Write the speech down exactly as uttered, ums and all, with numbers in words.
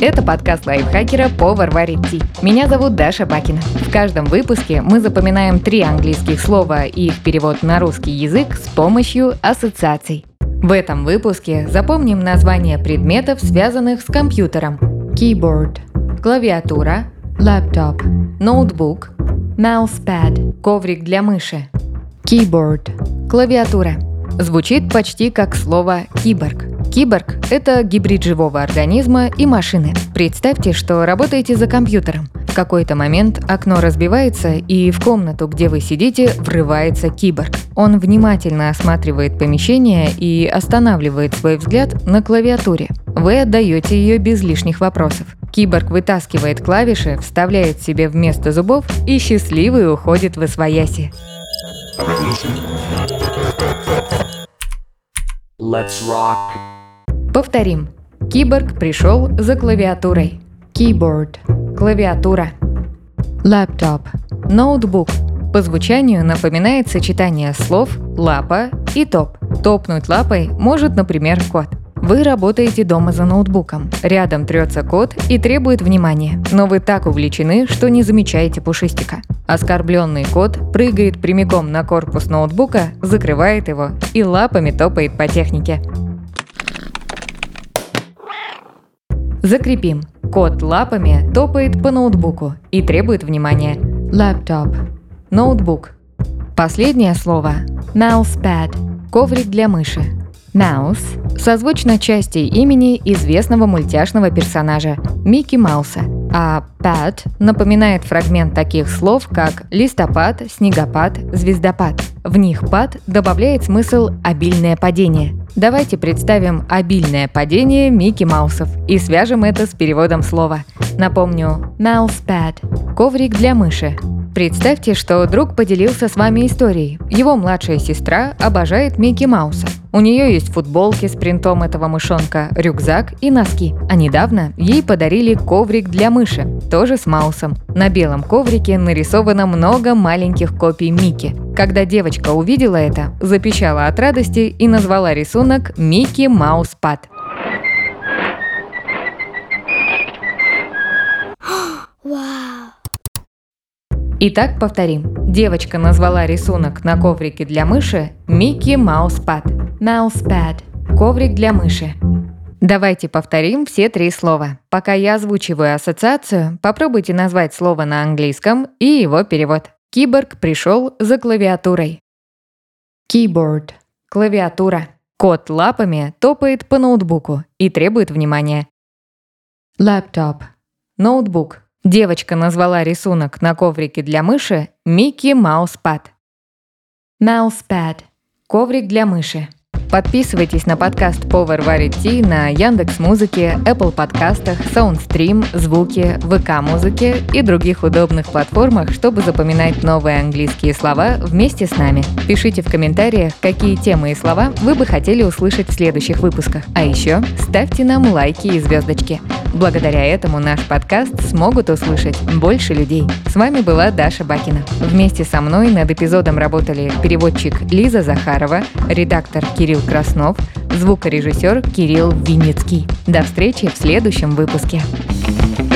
Это подкаст лайфхакера «Повар варит ти». Меня зовут Даша Бакина. В каждом выпуске мы запоминаем три английских слова и их перевод на русский язык с помощью ассоциаций. В этом выпуске запомним названия предметов, связанных с компьютером. Keyboard – клавиатура, laptop, ноутбук, mousepad – коврик для мыши. Keyboard – клавиатура. Звучит почти как слово «киборг». Киборг – это гибрид живого организма и машины. Представьте, что работаете за компьютером. В какой-то момент окно разбивается, и в комнату, где вы сидите, врывается киборг. Он внимательно осматривает помещение и останавливает свой взгляд на клавиатуре. Вы отдаете ее без лишних вопросов. Киборг вытаскивает клавиши, вставляет себе вместо зубов и счастливый уходит в освояси. Let's rock. Повторим. Киборг пришел за клавиатурой. Keyboard – клавиатура. Laptop – ноутбук. По звучанию напоминает сочетание слов «лапа» и «топ». Топнуть лапой может, например, кот. Вы работаете дома за ноутбуком. Рядом трется кот и требует внимания, но вы так увлечены, что не замечаете пушистика. Оскорбленный кот прыгает прямиком на корпус ноутбука, закрывает его и лапами топает по технике. Закрепим. Кот лапами топает по ноутбуку и требует внимания. Laptop – ноутбук. Последнее слово – mousepad – коврик для мыши. Mouse – созвучно части имени известного мультяшного персонажа Микки Мауса, а pad напоминает фрагмент таких слов, как листопад, снегопад, звездопад. В них pad добавляет смысл «обильное падение». Давайте представим обильное падение Микки Маусов и свяжем это с переводом слова. Напомню, mousepad – коврик для мыши. Представьте, что друг поделился с вами историей. Его младшая сестра обожает Микки Мауса. У нее есть футболки с принтом этого мышонка, рюкзак и носки. А недавно ей подарили коврик для мыши, тоже с Маусом. На белом коврике нарисовано много маленьких копий Микки. Когда девочка увидела это, запищала от радости и назвала рисунок «Микки Маус Пад». Итак, повторим. Девочка назвала рисунок на коврике для мыши «Микки Маус Пад». Mousepad – коврик для мыши. Давайте повторим все три слова. Пока я озвучиваю ассоциацию, попробуйте назвать слово на английском и его перевод. Киборг пришел за клавиатурой. Keyboard – клавиатура. Кот лапами топает по ноутбуку и требует внимания. Laptop – ноутбук. Девочка назвала рисунок на коврике для мыши «Микки Маус Пад». Mousepad – коврик для мыши. Подписывайтесь на подкаст «Повар варит ти» на Яндекс.Музыке, Apple подкастах, Soundstream, Звуки, ВК-музыке и других удобных платформах, чтобы запоминать новые английские слова вместе с нами. Пишите в комментариях, какие темы и слова вы бы хотели услышать в следующих выпусках. А еще ставьте нам лайки и звездочки. Благодаря этому наш подкаст смогут услышать больше людей. С вами была Даша Бакина. Вместе со мной над эпизодом работали переводчик Лиза Захарова, редактор Кирилл Краснов, звукорежиссер Кирилл Винницкий. До встречи в следующем выпуске.